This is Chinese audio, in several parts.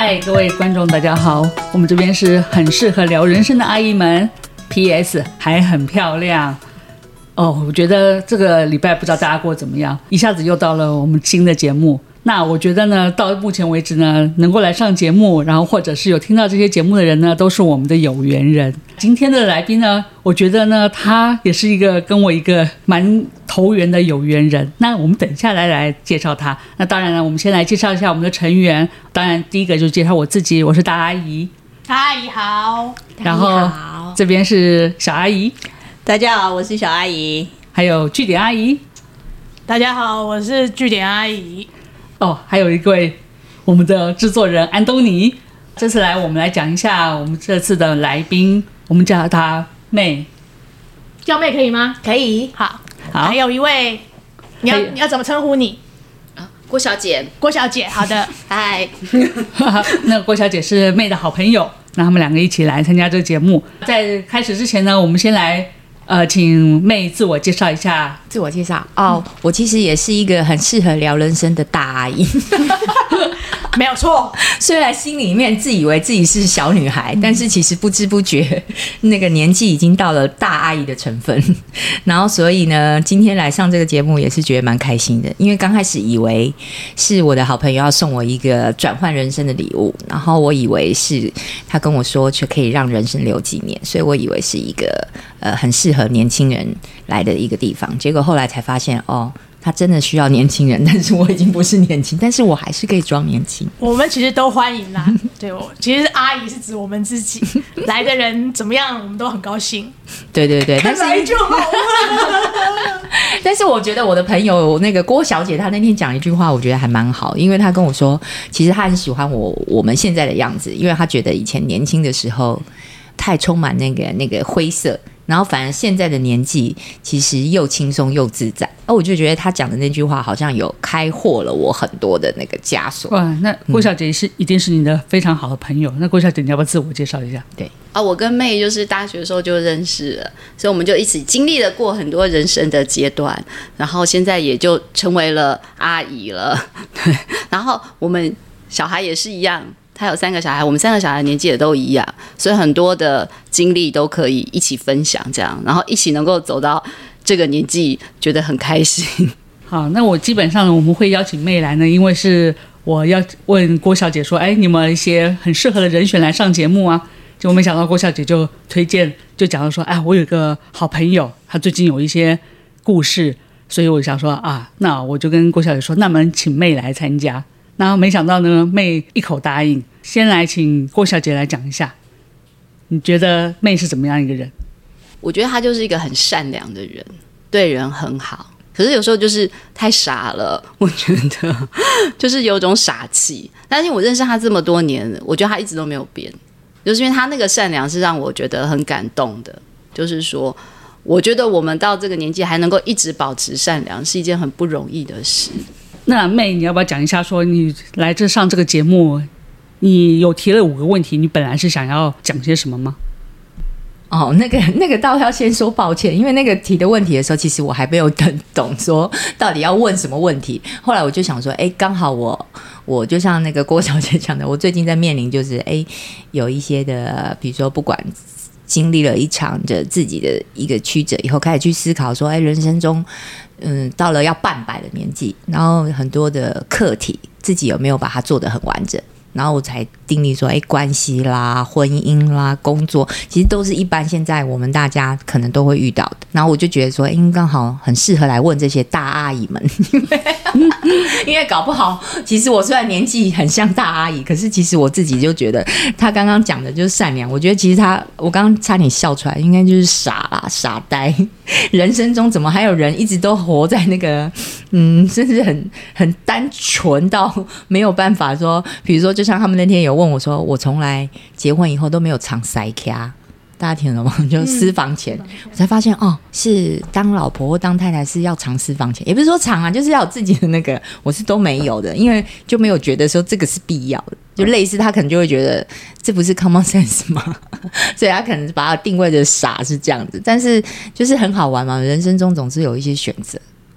嗨，各位观众大家好，我们这边是很适合聊人生的阿姨们 PS 还很漂亮哦。我觉得这个礼拜不知道大家过得怎么样，一下子又到了我们新的节目。那我觉得呢，到目前为止呢，能够来上节目，然后或者是有听到这些节目的人呢，都是我们的有缘人。今天的来宾呢，我觉得呢，他也是一个跟我一个蛮投缘的有缘人。那我们等下来介绍他。那当然呢，我们先来介绍一下我们的成员。当然，第一个就介绍我自己，我是大阿姨。 大阿姨好。 然后这边是小阿姨。 大家好，我是小阿姨。 还有据点阿姨。 大家好，我是据点阿姨。 哦，还有一位我们的制作人安东尼。这次来我们来讲一下我们这次的来宾，我们叫她妹。 叫妹可以吗？ 可以。 好。 好， 还有一位，你要怎么称呼你？ 郭小姐。 郭小姐，好的。 嗨。 那郭小姐是妹的好朋友，那他们两个一起来参加这个节目。在开始之前呢，我们先来请妹自我介绍一下。 自我介绍哦，我其实也是一个很适合聊人生的大阿姨。 没有错， 虽然心里面自以为自己是小女孩，但是其实不知不觉那个年纪已经到了大阿姨的成分。然后所以呢，今天来上这个节目也是觉得蛮开心的，因为刚开始以为是我的好朋友要送我一个转换人生的礼物，然后我以为是他跟我说却可以让人生留纪念，所以我以为是一个很适合年轻人来的一个地方。结果后来才发现哦，他真的需要年轻人，但是我已经不是年轻，但是我还是可以装年轻。 我们其实都欢迎啦。对，其实阿姨是指我们自己，来的人怎么样，我们都很高兴。 对对对，但是来就好了。 但是我觉得我的朋友那个郭小姐，她那天讲一句话，我觉得还蛮好，因为她跟我说，其实她很喜欢我们现在的样子，因为她觉得以前年轻的时候太充满那个灰色。然后反而现在的年纪其实又轻松又自在，我就觉得他讲的那句话好像有开豁了我很多的那个枷锁。 哇，那郭小姐一定是你的非常好的朋友。那郭小姐，你要不要自我介绍一下？ 对啊，我跟妹就是大学的时候就认识了，所以我们就一起经历了过很多人生的阶段，然后现在也就成为了阿姨了。对，然后我们小孩也是一样。他有3个小孩，我们3个小孩年纪也都一样，所以很多的经历都可以一起分享，这样，然后一起能够走到这个年纪，觉得很开心。 好，那我基本上我们会邀请妹来呢，因为是我要问郭小姐说，哎，你们一些很适合的人选来上节目啊？结果没想到郭小姐就推荐，就讲到说，哎，我有个好朋友，他最近有一些故事，所以我想说啊，那我就跟郭小姐说，那我们请妹来参加。然后没想到呢，妹一口答应。先来请郭小姐来讲一下，你觉得妹是怎么样一个人？ 我觉得她就是一个很善良的人，对人很好，可是有时候就是太傻了，我觉得就是有种傻气。但是我认识她这么多年，我觉得她一直都没有变，就是因为她那个善良是让我觉得很感动的。就是说，我觉得我们到这个年纪还能够一直保持善良，是一件很不容易的事。 那妹，你要不要讲一下说你来上这个节目，你有提了5个问题，你本来是想要讲些什么吗？ 哦，那个倒要先说抱歉，因为那个提的问题的时候，其实我还没有懂说到底要问什么问题。后来我就想说，哎，刚好我就像那个郭小姐讲的，我最近在面临就是有一些的，比如说不管经历了一场的自己的一个曲折以后，开始去思考说，人生中到了要半百的年纪，然后很多的课题自己有没有把它做得很完整，然后我才定义说，关系啦、婚姻啦、工作，其实都是一般现在我们大家可能都会遇到的。然后我就觉得说，刚好很适合来问这些大阿姨们，因为搞不好，其实我虽然年纪很像大阿姨，可是其实我自己就觉得，她刚刚讲的就是善良。我觉得其实我刚刚差点笑出来，应该就是傻啦、傻呆。人生中怎么还有人一直都活在那个甚至很单纯到没有办法说，比如说就像他们那天有问我说，我从来结婚以后都没有藏塞卡，大家听得懂吗？就私房钱，我才发现是当老婆或当太太是要藏私房钱，也不是说藏啊，就是要有自己的那个，我是都没有的，因为就没有觉得说这个是必要的，就类似他可能就会觉得这不是 common sense 吗？所以他可能把它定位的傻是这样子，但是就是很好玩嘛，人生中总是有一些选择。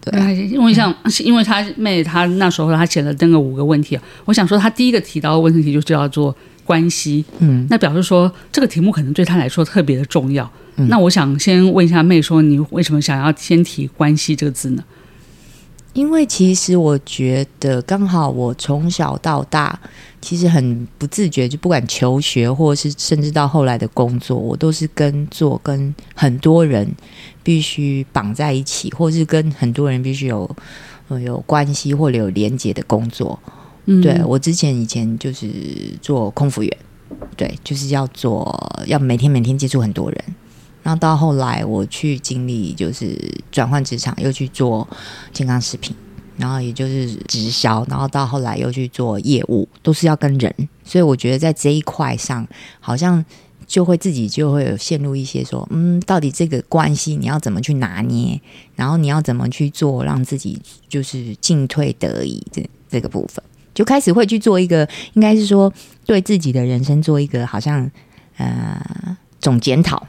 对啊， 因为他妹他那时候他写了那个5个问题，我想说他第一个提到的问题就叫做关系，那表示说这个题目可能对他来说特别的重要。那我想先问一下妹说，你为什么想要先提关系这个字呢？ 因为其实我觉得刚好我从小到大其实很不自觉，就不管求学或者是甚至到后来的工作，我都是跟很多人必须绑在一起，或是跟很多人必须有关系或者有连结的工作。对，我以前就是做空服员，对，就是要每天接触很多人。然后到后来我去经历就是转换职场，又去做健康食品，然后也就是直销，然后到后来又去做业务，都是要跟人。所以我觉得在这一块上好像自己就会有陷入一些说到底这个关系你要怎么去拿捏，然后你要怎么去做让自己就是进退得宜这个部分，就开始会去做一个应该是说对自己的人生做一个好像总检讨。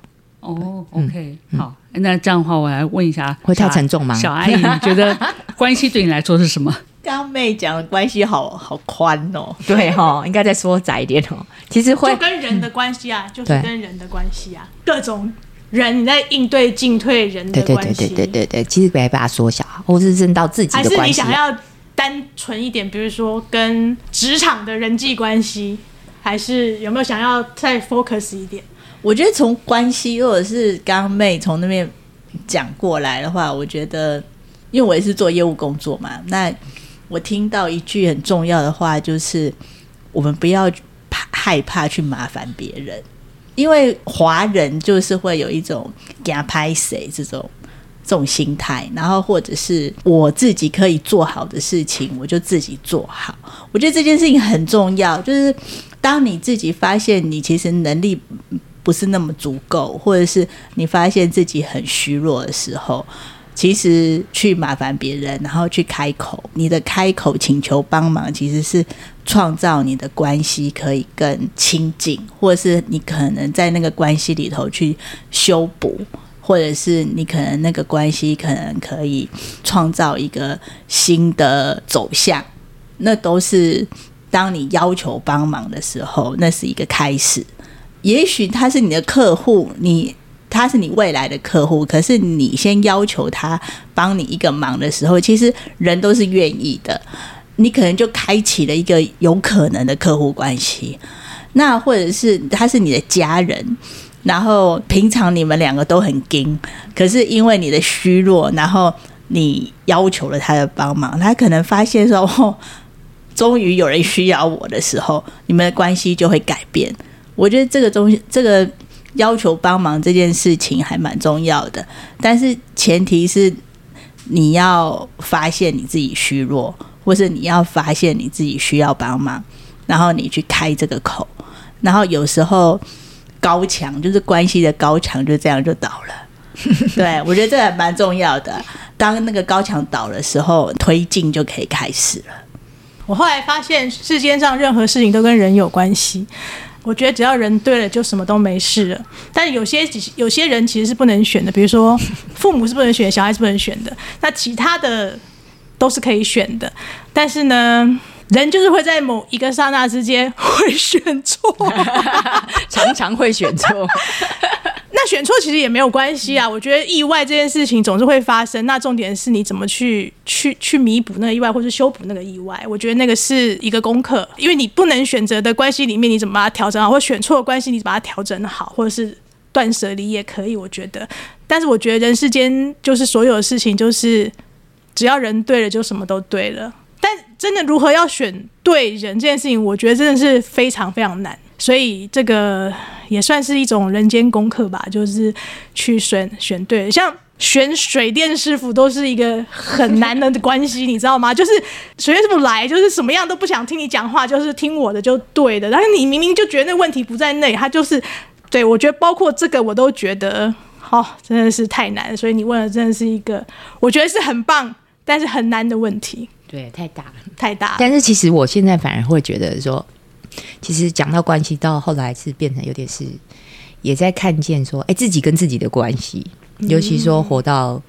OK， 好，那这样的话，我来问一下， 会太沉重吗？ 小阿姨，你觉得关系对你来说是什么？ 刚妹讲的关系好宽哦， 对哦，应该再说窄一点哦。其实会就跟人的关系啊，就是跟人的关系啊，各种人你在应对进退人的关系， 对，其实可以把它缩小，或是认到自己的关系， 还是你想要单纯一点，比如说跟职场的人际关系，还是有没有想要再 focus 一点？ 我觉得从关系，或者是刚妹从那边讲过来的话，我觉得，因为我也是做业务工作嘛，那我听到一句很重要的话，就是我们不要害怕去麻烦别人，因为华人就是会有一种给他拍谁这种心态，然后或者是我自己可以做好的事情，我就自己做好。我觉得这件事情很重要，就是当你自己发现你其实能力不是那么足够，或者是你发现自己很虚弱的时候，其实去麻烦别人，然后去开口，你的开口请求帮忙，其实是创造你的关系可以更亲近，或者是你可能在那个关系里头去修补，或者是你可能那个关系可能可以创造一个新的走向，那都是当你要求帮忙的时候，那是一个开始。也许他是你的客户，他是你未来的客户，可是你先要求他帮你一个忙的时候，其实人都是愿意的，你可能就开启了一个有可能的客户关系。那或者是他是你的家人，然后平常你们两个都很硬，可是因为你的虚弱，然后你要求了他的帮忙，他可能发现说终于有人需要我的时候，你们的关系就会改变。我觉得这个要求帮忙这件事情还蛮重要的，但是前提是你要发现你自己虚弱，或是你要发现你自己需要帮忙，然后你去开这个口，然后有时候高墙就是关系的高墙就这样就倒了。对，我觉得这还蛮重要的，当那个高墙倒的时候，推进就可以开始了。 我后来发现世间上任何事情都跟人有关系，我觉得只要人对了，就什么都没事了。但有些人其实是不能选的，比如说父母是不能选，小孩是不能选的，那其他的都是可以选的。但是呢，人就是会在某一个刹那之间会选错， 常常会选错。 那选错其实也没有关系啊，我觉得意外这件事情总是会发生，那重点是你怎么去弥补那个意外，或是修补那个意外。我觉得那个是一个功课，因为你不能选择的关系里面，你怎么把它调整好，或选错的关系你把它调整好，或者是断舍离也可以，我觉得。但是我觉得人世间就是所有的事情，就是只要人对了，就什么都对了。但真的如何要选对人这件事情，我觉得真的是非常非常难。所以这个也算是一种人间功课吧，就是去选对，像选水电师傅都是一个很难的关系，你知道吗？就是水电师傅来，就是什么样都不想听你讲话，就是听我的就对的。但是你明明就觉得那问题不在那里，他就是对我觉得包括这个我都觉得真的是太难。所以你问的真的是一个我觉得是很棒，但是很难的问题。 对，太大了。 但是其实我现在反而会觉得说，其实讲到关系到后来是变成有点是也在看见说自己跟自己的关系，尤其说活到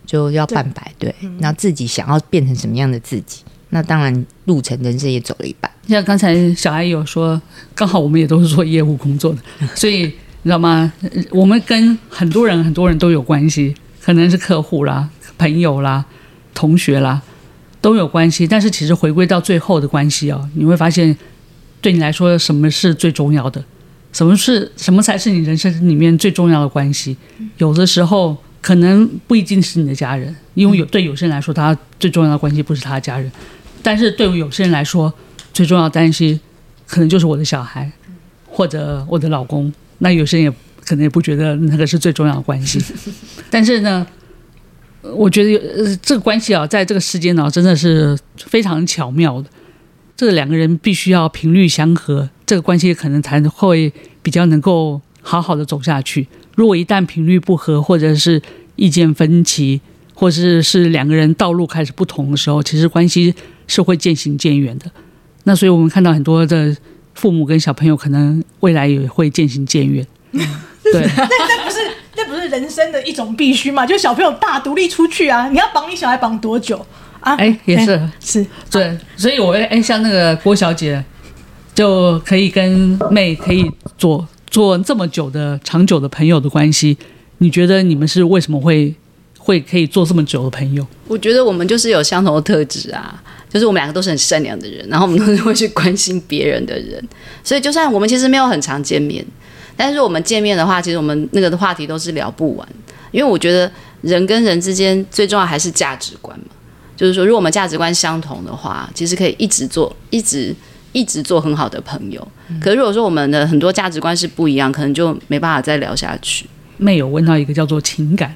就要半百，对，那自己想要变成什么样的自己，那当然路程人生也走了一半。 像刚才小阿姨有说，刚好我们也都是做业务工作的，所以你知道吗？我们跟很多人都有关系，可能是客户啦、朋友啦、同学啦都有关系。但是其实回归到最后的关系哦，你会发现，对你来说什么是最重要的？什么才是你人生里面最重要的关系？有的时候可能不一定是你的家人，因为对有些人来说，他最重要的关系不是他的家人，但是对有些人来说，最重要的关系可能就是我的小孩或者我的老公。那有些人也可能也不觉得那个是最重要的关系，但是呢，我觉得这个关系啊，在这个世间呢，真的是非常巧妙的。这两个人必须要频率相合，这个关系可能才会比较能够好好的走下去。如果一旦频率不合，或者是意见分歧，或者是两个人道路开始不同的时候，其实关系是会渐行渐远的。那所以我们看到很多的父母跟小朋友可能未来也会渐行渐远。对， 那不是人生的一种必须吗？就小朋友大独立出去啊，你要绑你小孩绑多久啊？ 也是是， 对，所以我像那个郭小姐，就可以跟妹可以做这么久的长久的朋友的关系。你觉得你们是为什么会可以做这么久的朋友？ 我觉得我们就是有相同的特质啊，就是我们两个都是很善良的人，然后我们都是会去关心别人的人，所以就算我们其实没有很常见面，但是我们见面的话，其实我们那个的话题都是聊不完，因为我觉得人跟人之间最重要还是价值观嘛，就是说如果我们价值观相同的话，其实可以一直做很好的朋友。可是如果说我们的很多价值观是不一样，可能就没办法再聊下去。 妹有问到一个叫做情感。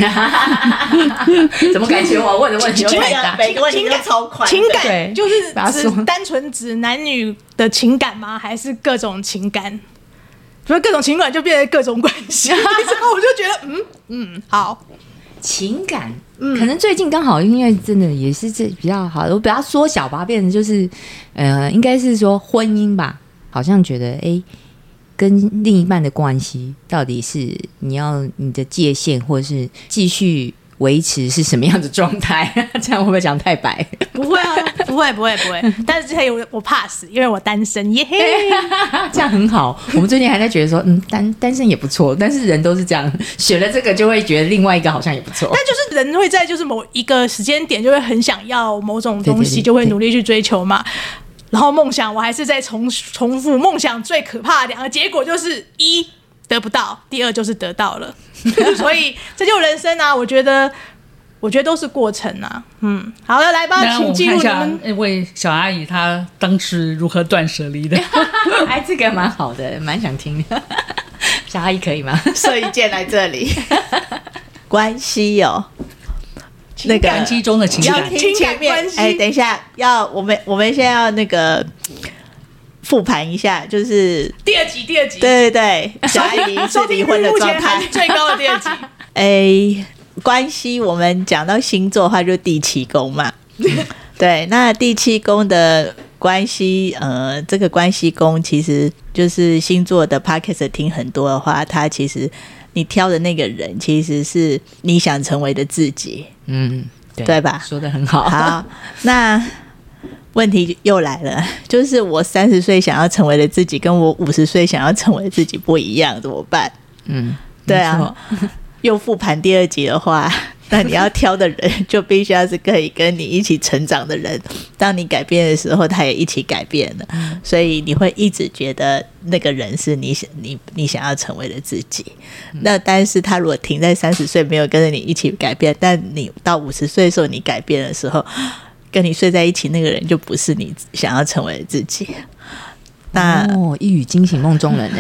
怎么感觉我问的问题有太大？ 每个问题都超快。 情感对就是单纯指男女的情感吗？还是各种情感？所以各种情感就变成各种关系，然后我就觉得好。 情感，可能最近刚好因为真的也是这比较好，我比较缩小吧，变成就是应该是说婚姻吧，好像觉得跟另一半的关系到底是你的界限，或者是继续维持是什么样的状态？这样会不会讲太白？ 不会啊，不会。但是之前我怕死，因为我单身耶嘿。 这样很好。我们最近还在觉得说，单身也不错，但是人都是这样，选了这个就会觉得另外一个好像也不错。 但就是人会在就是某一个时间点就会很想要某种东西，就会努力去追求嘛。然后梦想，我还是在重复梦想最可怕的两个结果，就是一得不到，第二就是得到了。所以这就是人生啊，我觉得都是过程啊。好的，来吧，请进入你们。 那位小阿姨她当时如何断舍离的？ 这个蛮好的，蛮想听的。小阿姨可以吗？ 射一箭来这里。关系那个关系中的情感， 要听前面。等一下，我们现在要那个复盘一下，就是第二集， 对，小阿姨是离婚的状态， 最高的第二集。 关系我们讲到星座的话，就第7宫嘛。对，那第7宫的关系，这个关系宫其实就是星座的 podcast 听很多的话，它其实你挑的那个人其实是你想成为的自己。对吧？ 说得很好。 好，那问题又来了，就是我30岁想要成为的自己，跟我50岁想要成为的自己不一样，怎么办？对啊，又复盘第2集的话，那你要挑的人就必须要是可以跟你一起成长的人。当你改变的时候，他也一起改变了，所以你会一直觉得那个人是你想要成为的自己。那但是他如果停在30岁没有跟着你一起改变，但你到50岁的时候你改变的时候，跟你睡在一起那个人就不是你想要成为的自己。那一语惊醒梦中人。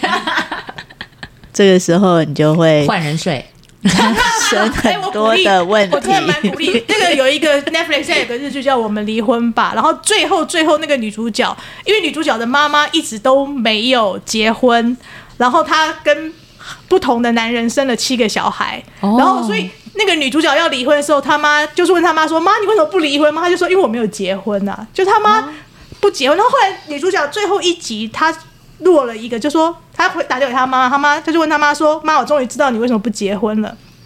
这个时候你就会换人睡。 生很多的问题。 我真的蛮鼓励。那个有一个 Netflix 上有个日剧叫《我们离婚吧》，然后最后那个女主角，因为女主角的妈妈一直都没有结婚，然后她跟不同的男人生了7个小孩，然后所以那个女主角要离婚的时候，她妈就是问她妈说：“妈，你为什么不离婚吗？”她就说：“因为我没有结婚啊。”就她妈不结婚。然后后来女主角最后一集她落了一个，就说她会打电话给她妈，她就问她妈说：“妈，我终于知道你为什么不结婚了。”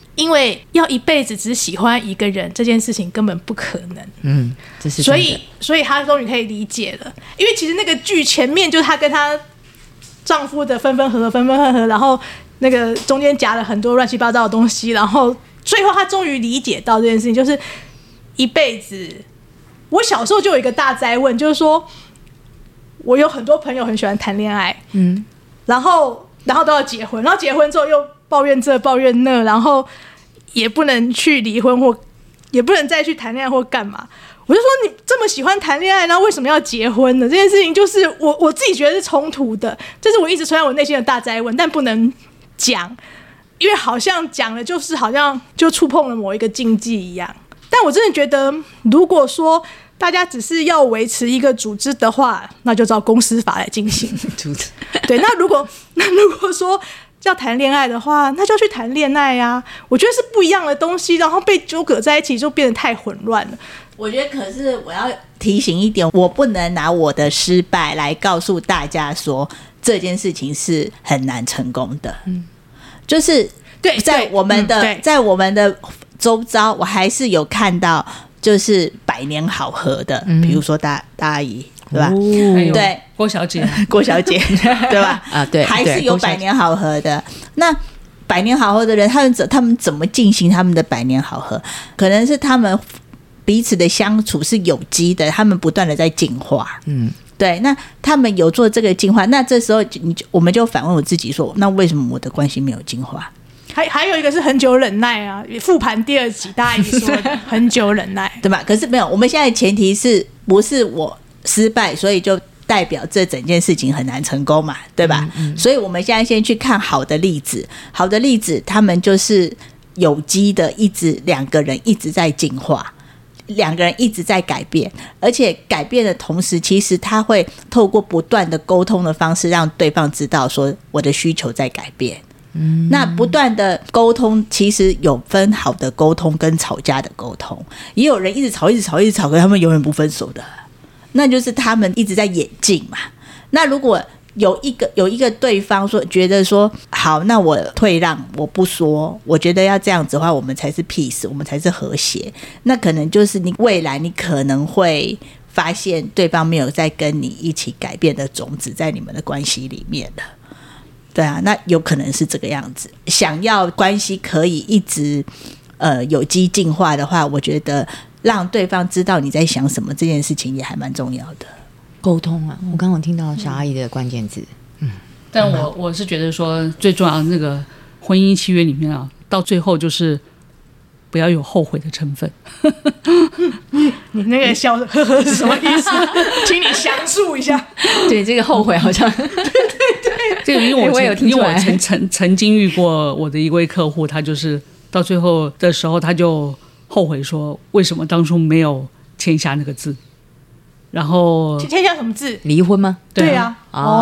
因为要一辈子只喜欢一个人这件事情根本不可能。 这是所以她终于可以理解了，因为其实那个剧前面就是她跟她丈夫的分分合合，然后那个中间夹了很多乱七八糟的东西，然后最后她终于理解到这件事情，就是一辈子。我小时候就有一个大哉问，就是说我有很多朋友很喜欢谈恋爱，然后都要结婚，然后结婚之后又抱怨这抱怨那，然后也不能去离婚或也不能再去谈恋爱或干嘛。我就说你这么喜欢谈恋爱，那为什么要结婚呢？这件事情就是我自己觉得是冲突的，这是我一直存在我内心的大哉问，但不能讲，因为好像讲了就是好像就触碰了某一个禁忌一样。但我真的觉得，如果说大家只是要维持一个组织的话，那就照公司法来进行。对，那如果说要谈恋爱的话，那就去谈恋爱啊。我觉得是不一样的东西，然后被纠葛在一起就变得太混乱了。 我觉得，可是我要提醒一点，我不能拿我的失败来告诉大家说这件事情是很难成功的。就是在我们的周遭，我还是有看到就是百年好合的，比如说大阿姨，对吧？对， 郭小姐， 对吧？ 对， 还是有百年好合的。那百年好合的人，他们怎么进行他们的百年好合？可能是他们彼此的相处是有机的，他们不断的在进化。对，那他们有做这个进化，那这时候我们就反问我自己说，那为什么我的关系没有进化？ 还有一个是很久忍耐啊，复盘第2集，大家也说很久忍耐， 对吧？可是没有，我们现在前提是不是我失败，所以就代表这整件事情很难成功嘛，对吧？所以我们现在先去看好的例子，他们就是有机的，两个人一直在进化，两个人一直在改变，而且改变的同时，其实他会透过不断的沟通的方式，让对方知道说我的需求在改变。那不断的沟通其实有分好的沟通跟吵架的沟通，也有人一直吵，可是他们永远不分手的，那就是他们一直在演进嘛。那如果有一个对方觉得说好，那我退让，我不说，我觉得要这样子的话，我们才是 peace， 我们才是和谐，那可能就是你未来你可能会发现对方没有在跟你一起改变的种子在你们的关系里面了。对啊，那有可能是这个样子。想要关系可以一直有机进化的话，我觉得让对方知道你在想什么这件事情也还蛮重要的。 沟通啊，我刚刚听到小阿姨的关键字。 但我是觉得说最重要的那个婚姻契约里面啊，到最后就是不要有后悔的成分。 你那个笑呵呵是什么意思？请你详述一下。 对，这个后悔好像这个因为我有听出来， 因为我曾经遇过我的一位客户，他就是到最后的时候他就后悔说为什么当初没有签下那个字，然后签下什么字？ 离婚吗？ 对啊。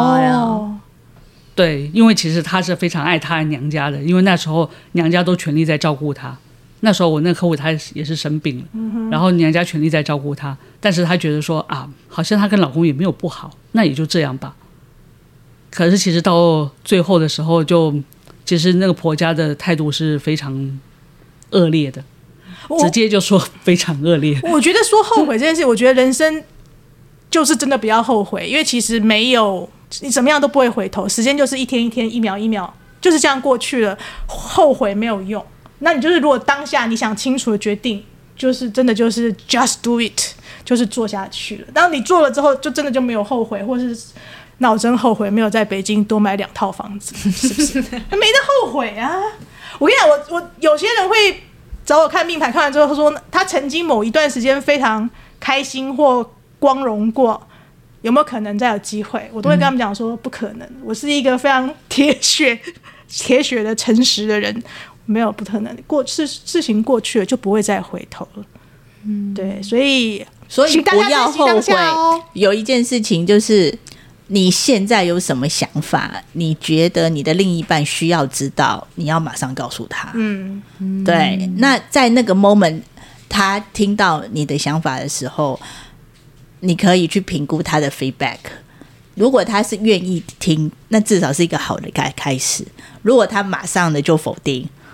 对，因为其实他是非常爱他的娘家的，因为那时候娘家都全力在照顾他。那时候我那个客户他也是生病了，然后娘家全力在照顾他，但是他觉得说啊，好像他跟老公也没有不好，那也就这样吧。可是其实到最后的时候其实那个婆家的态度是非常恶劣的，直接就说非常恶劣。 我觉得说后悔这件事，我觉得人生就是真的不要后悔，因为其实没有你怎么样都不会回头，时间就是一天一天，一秒一秒，就是这样过去了，后悔没有用。那你就是如果当下你想清楚的决定，就是真的就是 just do it， 就是做下去了。当你做了之后，就真的就没有后悔，或是脑真后悔没有在北京多买2套房子，是不是？没得后悔啊！我跟你讲，我有些人会找我看命盘，看完之后他说他曾经某一段时间非常开心或光荣过，有没有可能再有机会？我都会跟他们讲说不可能。我是一个非常铁血的诚实的人。没有不可能，事情过去了就不会再回头了。对，所以不要后悔。有一件事情就是你现在有什么想法，你觉得你的另一半需要知道，你要马上告诉他。对。那在那个 moment， 他听到你的想法的时候，你可以去评估他的 feedback。如果他是愿意听，那至少是一个好的开始。如果他马上的就否定，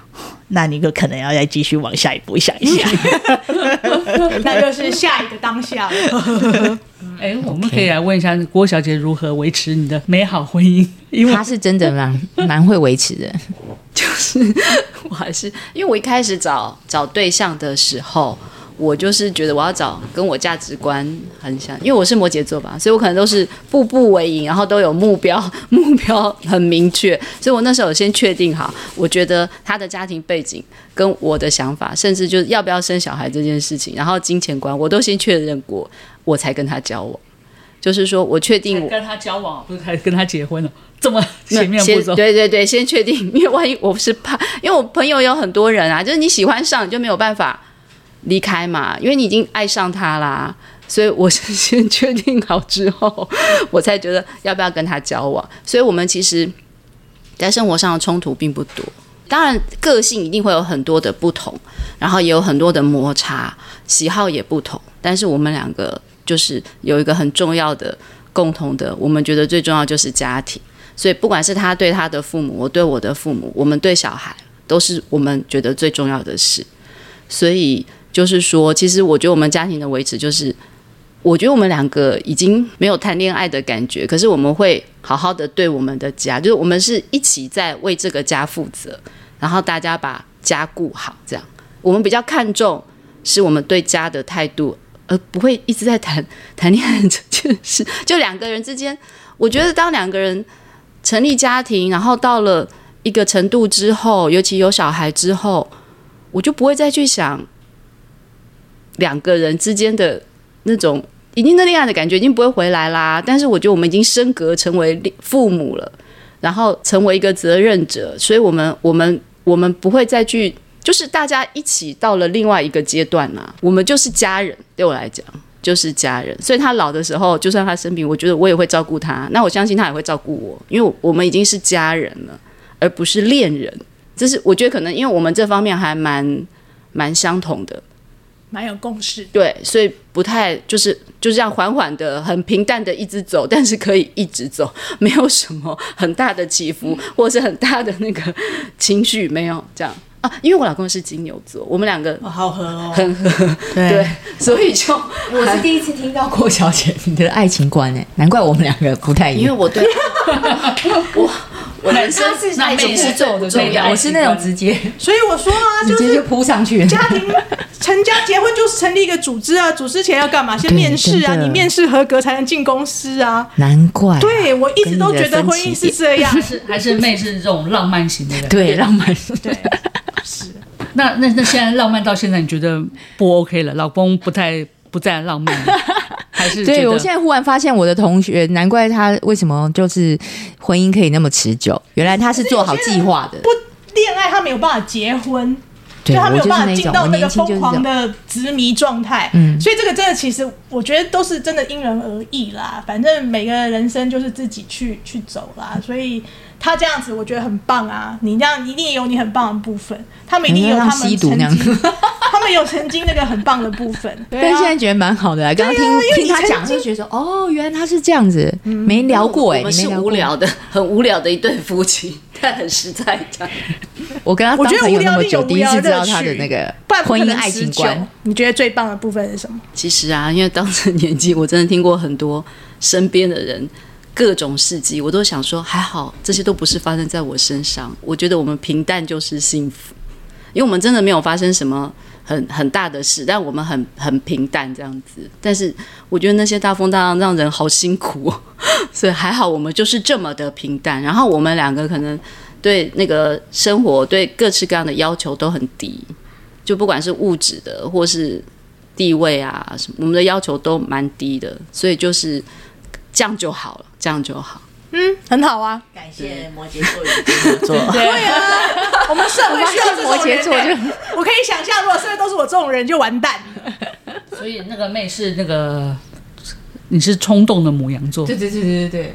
那你就可能要再继续往下一步想一下。 那就是下一个当下了。 我们可以来问一下郭小姐如何维持你的美好婚姻，因为他是真的蛮会维持的。 就是我还是因为我一开始找对象的时候，我就是觉得我要找跟我价值观很像，因为我是摩羯座吧，所以我可能都是步步为营，然后都有目标很明确，所以我那时候有先确定好，我觉得他的家庭背景跟我的想法，甚至就是要不要生小孩这件事情，然后金钱观我都先确认过，我才跟他交往。就是说我确定我跟他交往，不是才跟他结婚了，这么前面步骤。 对对对，先确定，因为万一我是怕，因为我朋友有很多人啊，就是你喜欢上你就没有办法离开嘛，因为你已经爱上他啦，所以我是先确定好之后，我才觉得要不要跟他交往。所以我们其实在生活上的冲突并不多，当然个性一定会有很多的不同，然后也有很多的摩擦，喜好也不同，但是我们两个就是有一个很重要的共同的，我们觉得最重要就是家庭。所以不管是他对他的父母，我对我的父母，我们对小孩，都是我们觉得最重要的事。所以就是说，其实我觉得我们家庭的维持，就是我觉得我们两个已经没有谈恋爱的感觉，可是我们会好好的对我们的家，就是我们是一起在为这个家负责，然后大家把家顾好，这样我们比较看重是我们对家的态度，而不会一直在谈恋爱这件事。就两个人之间，我觉得当两个人成立家庭，然后到了一个程度之后，尤其有小孩之后，我就不会再去想两个人之间的那种已经的恋爱的感觉已经不会回来啦。但是我觉得我们已经升格成为父母了，然后成为一个责任者，所以我们不会再去，就是大家一起到了另外一个阶段啦。我们就是家人，对我来讲就是家人。所以他老的时候，就算他生病，我觉得我也会照顾他，那我相信他也会照顾我，因为我们已经是家人了，而不是恋人。这是我觉得可能因为我们这方面还蛮相同的， 蛮有共识。 对，所以不太就是这样缓缓的、很平淡的一直走，但是可以一直走，没有什么很大的起伏，或是很大的那个情绪，没有这样啊。因为我老公是金牛座，我们两个好合哦， 很合，对，所以就我是第一次听到郭小姐你的爱情观哎，难怪我们两个不太一样。 因为我对我人生爱情是最不重要， 我是那种直接， 所以我说啊， 直接就扑上去。 家庭成家结婚就是成立一个组织啊，组织前要干嘛？先面试啊，你面试合格才能进公司啊。 难怪， 对我一直都觉得婚姻是这样， 还是妹是这种浪漫型的人， 对浪漫， 对，是。 那现在浪漫到现在，你觉得不 OK 了？老公不再浪漫了，还是对我现在忽然发现我的同学，难怪他为什么就是婚姻可以那么持久，原来他是做好计划的。 不恋爱他没有办法结婚， 对， 就他没有办法进到那个疯疯狂的执迷状态。所以这个真的其实我觉得都是真的因人而异啦，反正每个人生就是自己去走啦，所以他这样子我觉得很棒啊，你这样一定有你很棒的部分，他们一定有他们曾经他们有曾经那个很棒的部分，对啊， 但现在觉得蛮好的。刚刚听他讲就觉得说，哦，原来他是这样子，没聊过哎， 我们是无聊的，很无聊的一对夫妻，但很实在这样。 我跟他当朋友那么久，第一次知道他的那个婚姻爱情观。 你觉得最棒的部分是什么？ 其实啊，因为当时年纪，我真的听过很多身边的人各种事迹，我都想说还好，这些都不是发生在我身上。我觉得我们平淡就是幸福，因为我们真的没有发生什么很大的事，但我们很平淡这样子。但是我觉得那些大风大浪让人好辛苦哦，所以还好我们就是这么的平淡。然后我们两个可能对那个生活对各式各样的要求都很低，就不管是物质的或是地位啊什么，我们的要求都蛮低的，所以就是这样就好了，这样就好。 很好啊， 感谢摩羯座与金牛座。 对啊，我们社会需要这种人。 摩羯座就， 我可以想象，如果社会都是我这种人，就完蛋了。 所以那个妹是那个，你是冲动的牡羊座， 对，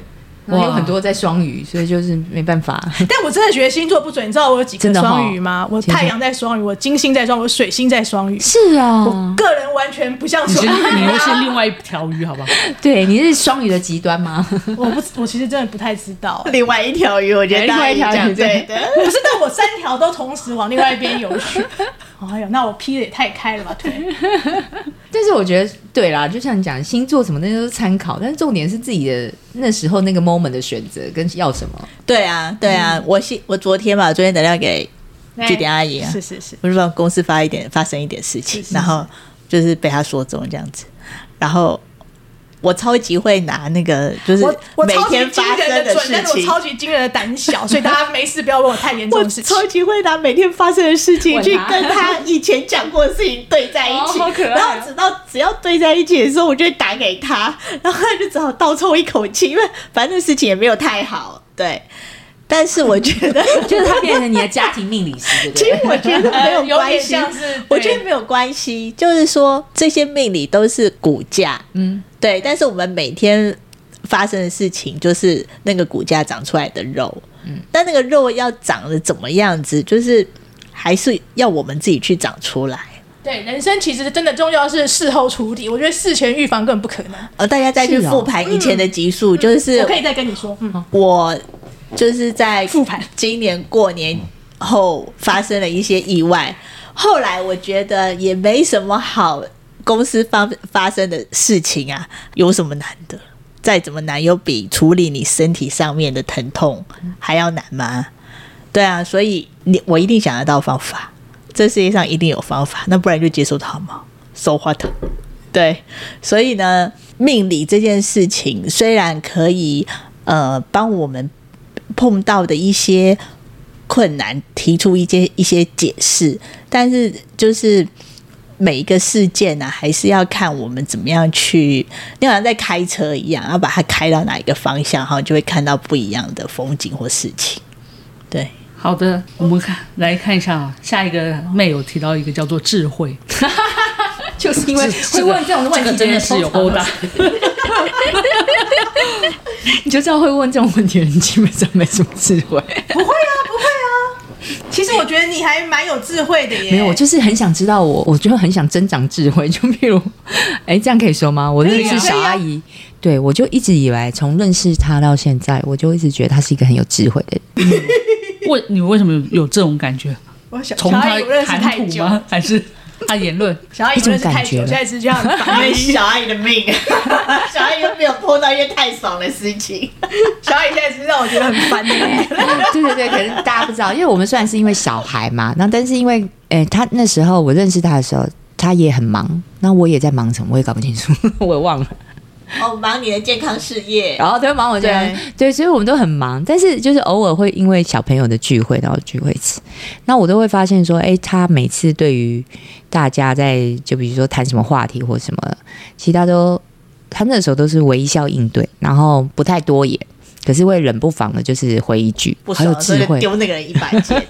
哇，有很多在双鱼，所以就是没办法。 但我真的觉得星座不准，你知道我有几个真的双鱼吗？我太阳在双鱼，我金星在双鱼，我水星在双鱼。 是啊， 我个人完全不像你是双鱼， 你又是另外一条鱼，好不好？ 对，你是双鱼的极端吗？ 我其实真的不太知道。 另外一条鱼，我觉得另外一条鱼讲对的。 不是，但我3条都同时往另外一边游去。哎呦，那我劈的也太开了吧腿！ 但是我觉得对啦，就像你讲星座什么那些都是参考，但是重点是自己的那时候那个 moment 的选择跟要什么。 对啊，对啊，我昨天打电话给据点阿姨啊， 是， 我就帮公司发生一点事情，然后就是被他说中这样子，然后我超级会拿那个，就是每天发生的事但是我情， 超级惊人的胆小，所以大家没事不要问我太严重我的事情。 超级会拿每天发生的事情去问他跟他以前讲过的事情对在一起， 好可爱啊然后只要对在一起的时候，我就会打给他，然后他就只好倒抽一口气，因为反正事情也没有太好，对。但是我觉得， 就是他变成你的家庭命理师，对不对？ 其实我觉得没有有关系， 点像是， 我觉得没有关系，就是说这些命理都是骨架，对。但是我们每天发生的事情，就是那个骨架长出来的肉，但那个肉要长得怎么样子，就是还是要我们自己去长出来。 对，人生其实真的重要是事后处理，我觉得事前预防根本不可能。 大家再去复盘以前的集数，就是我可以再跟你说， 我就是在复盘今年过年后发生了一些意外，后来我觉得也没什么好，公司发生的事情啊，有什么难的？再怎么难，有比处理你身体上面的疼痛还要难吗？对啊，所以我一定想得到方法，这世界上一定有方法，那不然就接受它嘛 ，so what？ 对，所以呢，命理这件事情虽然可以帮我们碰到的一些困难提出一些解释，但是就是每一个事件啊，还是要看我们怎么样去，你好像在开车一样，要把它开到哪一个方向，哈，就会看到不一样的风景或事情。对， 好的，我们来看一下下一个妹有提到一个叫做智慧， 就是因为会问这种问题， 这个真的是有勾搭。 你就知道会问这种问题的人基本上没什么智慧。 不会啊。其实我觉得你还蛮有智慧的耶。 没有，我就是很想知道我就很想增长智慧。就譬如，这样可以说吗？我认识小阿姨，对我就一直以为从认识她到现在，我就一直觉得她是一个很有智慧的人。 你为什么有这种感觉？从她谈吐吗？还是她言论？ 小阿姨认识太久，现在是这样子， 因为小阿姨的命，小阿姨又没有碰到一些太爽的事情， 小阿姨现在是让我觉得很烦的。 对，可是大家不知道，因为我们虽然是因为小孩嘛，那但是因为他那时候我认识他的时候，他也很忙，那我也在忙什么，我也搞不清楚，我也忘了。 忙你的健康事业， 然后对忙我健康，对，所以我们都很忙，但是就是偶尔会因为小朋友的聚会，然后聚会一次，那我都会发现说，他每次对于大家就比如说谈什么话题或什么，其他他那时候都是微笑应对，然后不太多言，可是会冷不防的就是回一句，好有智慧， 丢那个人100件。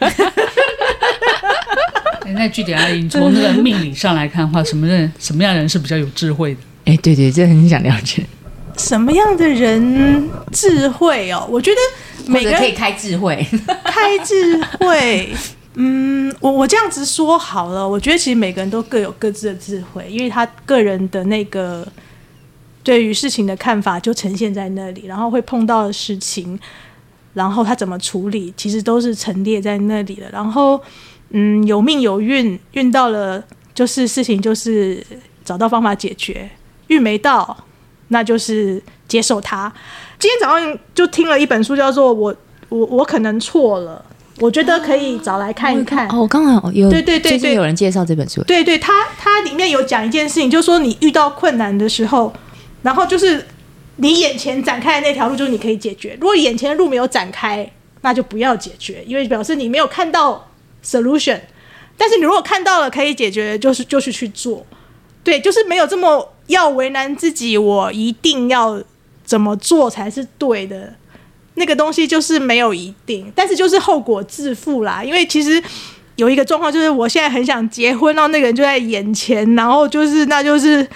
那据点阿姨，从那个命理上来看的话，什么样的人是比较有智慧的？对， 这很想了解。 什么样的人智慧哦？我觉得每个人可以开智慧， 开智慧。我这样子说好了，我觉得其实每个人都各有各自的智慧，因为他个人的那个对于事情的看法就呈现在那里，然后会碰到的事情，然后他怎么处理，其实都是陈列在那里的。然后有命有运，运到了就是事情就是找到方法解决，运没到那就是接受它。今天早上就听了一本书，叫做我可能错了，我觉得可以找来看一看。 我刚好有对， 最近有人介绍这本书。 对，它里面有讲一件事情，就是说你遇到困难的时候，然后就是你眼前展开的那条路，就是你可以解决。如果眼前的路没有展开，那就不要解决，因为表示你没有看到 solution。但是你如果看到了可以解决，就是去做。对，就是没有这么要为难自己，我一定要怎么做才是对的。那个东西就是没有一定，但是就是后果自负啦。因为其实有一个状况，就是我现在很想结婚，然后那个人就在眼前，然后就是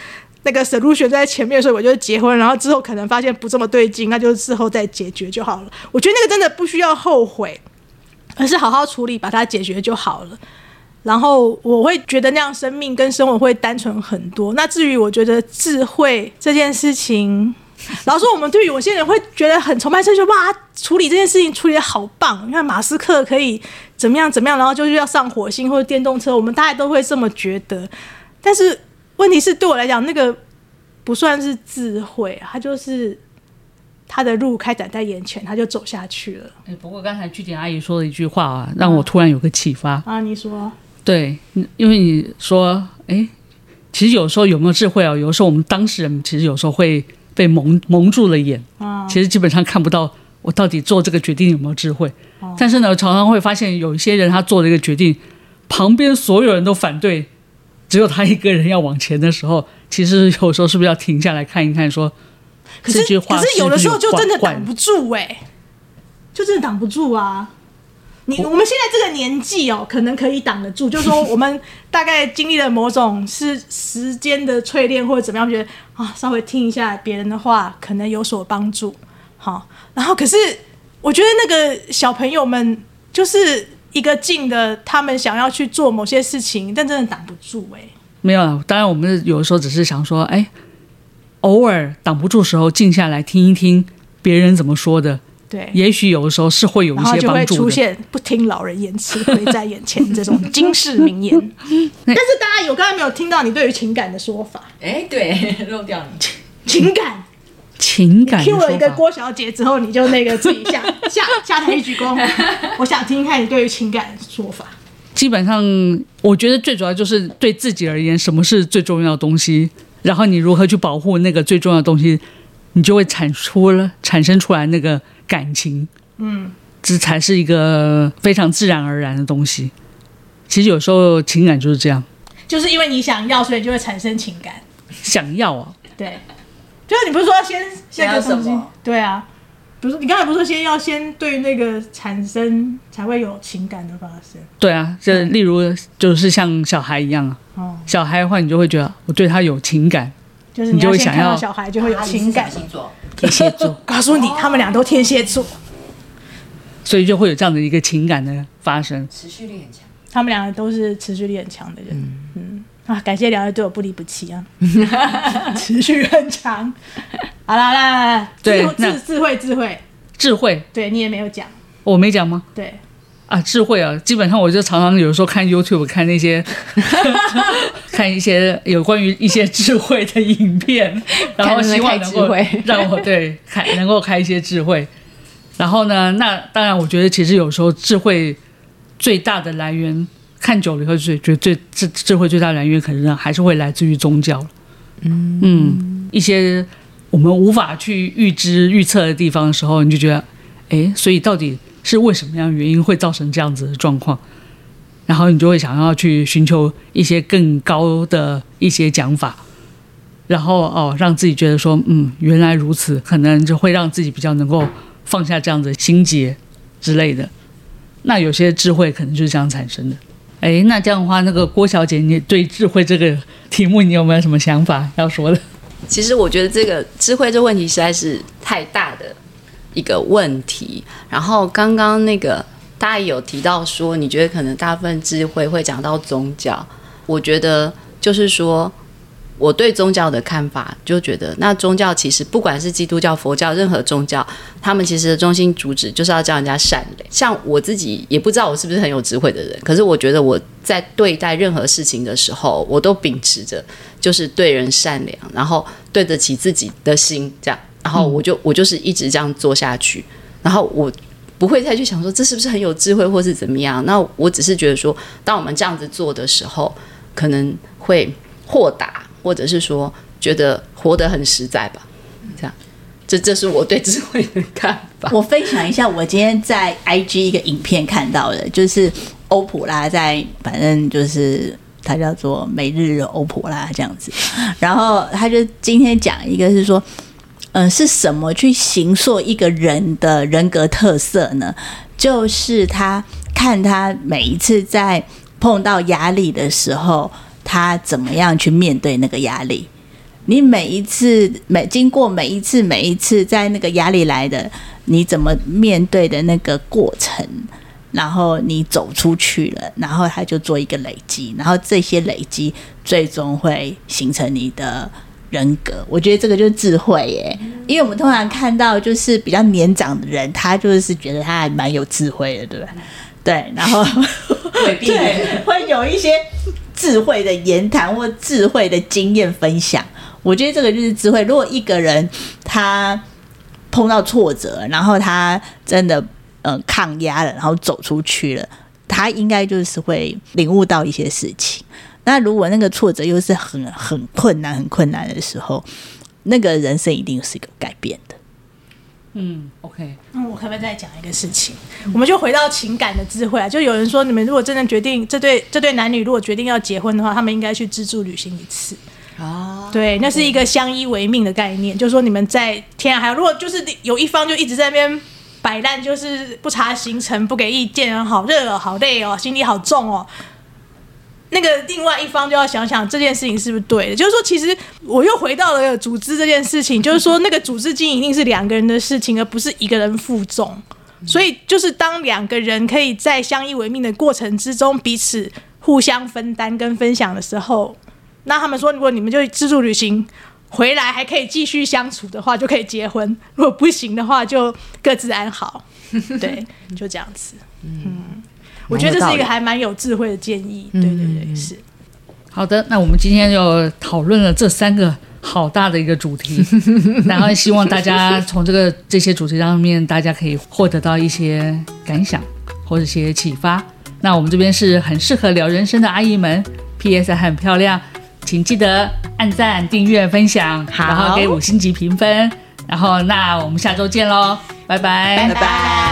那个 solution 在前面，所以我就结婚，然后之后可能发现不这么对劲，那就之后再解决就好了。我觉得那个真的不需要后悔，而是好好处理，把它解决就好了。然后我会觉得那样生命跟生活会单纯很多。那至于我觉得智慧这件事情，老实说我们对于有些人会觉得很崇拜，就哇处理这件事情处理得好棒，你看马斯克可以怎么样怎么样，然后就是要上火星或者电动车，我们大家都会这么觉得。但是问题是对我来讲，那个不算是智慧，他就是他的路开展在眼前，他就走下去了。 不过刚才据点阿姨说的一句话啊，让我突然有个启发啊。你说？ 对，因为你说，其实有时候有没有智慧啊？有时候我们当事人其实有时候会被蒙住了眼，其实基本上看不到我到底做这个决定有没有智慧。但是呢，常常会发现有一些人他做了一个决定，旁边所有人都反对，只有他一个人要往前的时候，其实有时候是不是要停下来看一看说，这句话可是有的时候就真的换挡不住就真的挡不住啊。我们现在这个年纪可能可以挡得住，就是说我们大概经历了某种是时间的淬炼或者怎么样，觉得稍微听一下别人的话可能有所帮助。好，然后可是我觉得那个小朋友们就是一个劲的，他们想要去做某些事情，但真的挡不住没有，当然我们有的时候只是想说，偶尔挡不住的时候静下来听一听别人怎么说的。 对， 也许有的时候是会有一些帮助的， 然后就会出现不听老人言，吃亏在眼前这种经世名言。但是大家刚才没有听到你对于情感的说法？ 对，漏掉你情感 Q 了一个郭小姐之后，你就那个自己下台一鞠躬。我想听听看你对于情感的说法。 基本上，我觉得最主要就是对自己而言，什么是最重要的东西，然后你如何去保护那个最重要的东西，你就会产生出来那个感情，这才是一个非常自然而然的东西。其实有时候情感就是这样， 就是因为你想要，所以就会产生情感。 想要啊， 对，就是你不是说先要什么？ 对啊，比如说你刚才不是说先对那个产生才会有情感的发生？ 对啊，这例如就是像小孩一样啊，小孩的话你就会觉得我对他有情感。 就是你要先看到小孩就会有情感。 天蝎座， 告诉你，他们俩都天蝎座， 所以就会有这样的一个情感的发生， 持续力很强。 他们两个都是持续力很强的人。感谢两位对我不离不弃啊，持续很强。好啦，对，智慧，对你也没有讲， 我没讲吗？ 对。 智慧啊，基本上我就常常有时候看 YouTube 看那些看一些有关于一些智慧的影片，然后希望能够让我能够开一些智慧。然后呢，那当然我觉得其实有时候智慧最大的来源，看久了以后觉得智慧最大的来源可能还是会来自于宗教。一些我们无法去预测的地方的时候，你就觉得所以到底是为什么样的原因会造成这样子的状况，然后你就会想要去寻求一些更高的一些讲法，然后让自己觉得说原来如此，可能就会让自己比较能够放下这样的心结之类的。那有些智慧可能就是这样产生的。那这样的话，那个郭小姐，你对智慧这个题目你有没有什么想法要说的？ 其实我觉得这个智慧这问题实在是太大的一个问题。然后刚刚那个大家也有提到说，你觉得可能大部分智慧会讲到宗教。我觉得就是说，我对宗教的看法就觉得，那宗教其实不管是基督教、佛教，任何宗教，他们其实的中心主旨就是要教人家善良。像我自己也不知道我是不是很有智慧的人，可是我觉得我在对待任何事情的时候，我都秉持着就是对人善良，然后对得起自己的心，这样，然后我就是一直这样做下去，然后我不会再去想说这是不是很有智慧或是怎么样。那我只是觉得说，当我们这样子做的时候，可能会豁达，或者是说觉得活得很实在吧，这样。这是我对智慧的看法。 我分享一下我今天在 IG 一个影片看到的，就是欧普拉反正就是他叫做每日欧普拉这样子，然后他就今天讲一个是说，是什么去形塑一个人的人格特色呢？就是他看他每一次在碰到压力的时候，他怎么样去面对那个压力。 你经过每一次在那个压力来的，你怎么面对的那个过程，然后你走出去了，然后它就做一个累积，然后这些累积最终会形成你的人格。我觉得这个就是智慧耶，因为我们通常看到就是比较年长的人，他就是觉得他还蛮有智慧的，对不对？对，然后对，会有一些智慧的言谈或智慧的经验分享。我觉得这个就是智慧。如果一个人他碰到挫折，然后他真的抗压了，然后走出去了，他应该就是会领悟到一些事情。那如果那个挫折又是很困难的时候，那个人生一定是一个改变的。 OK， 我可不可以再讲一个事情？我们就回到情感的智慧啊。就有人说，你们如果真的决定这对男女如果决定要结婚的话，他们应该去自助旅行一次。对，那是一个相依为命的概念，就是说你们在天涯海角，如果就是有一方就一直在那边摆烂，就是不查行程、不给意见，好热哦，好累哦，心里好重哦。那个另外一方就要想想这件事情是不是对的，就是说，其实我又回到了组织这件事情，就是说，那个组织经营一定是两个人的事情，而不是一个人负重。所以，就是当两个人可以在相依为命的过程之中，彼此互相分担跟分享的时候，那他们说，如果你们就自助旅行回来还可以继续相处的话，就可以结婚；如果不行的话，就各自安好。对，就这样子。我觉得这是一个还蛮有智慧的建议。对对对，是。 好的，那我们今天就讨论了这3个好大的一个主题，然后希望大家从这些主题上面，大家可以获得到一些感想或者一些启发。那我们这边是很适合聊人生的阿姨们 ，PS 很漂亮，请记得按赞、订阅、分享，然后给5星级评分。然后那我们下周见喽，拜拜， 拜拜。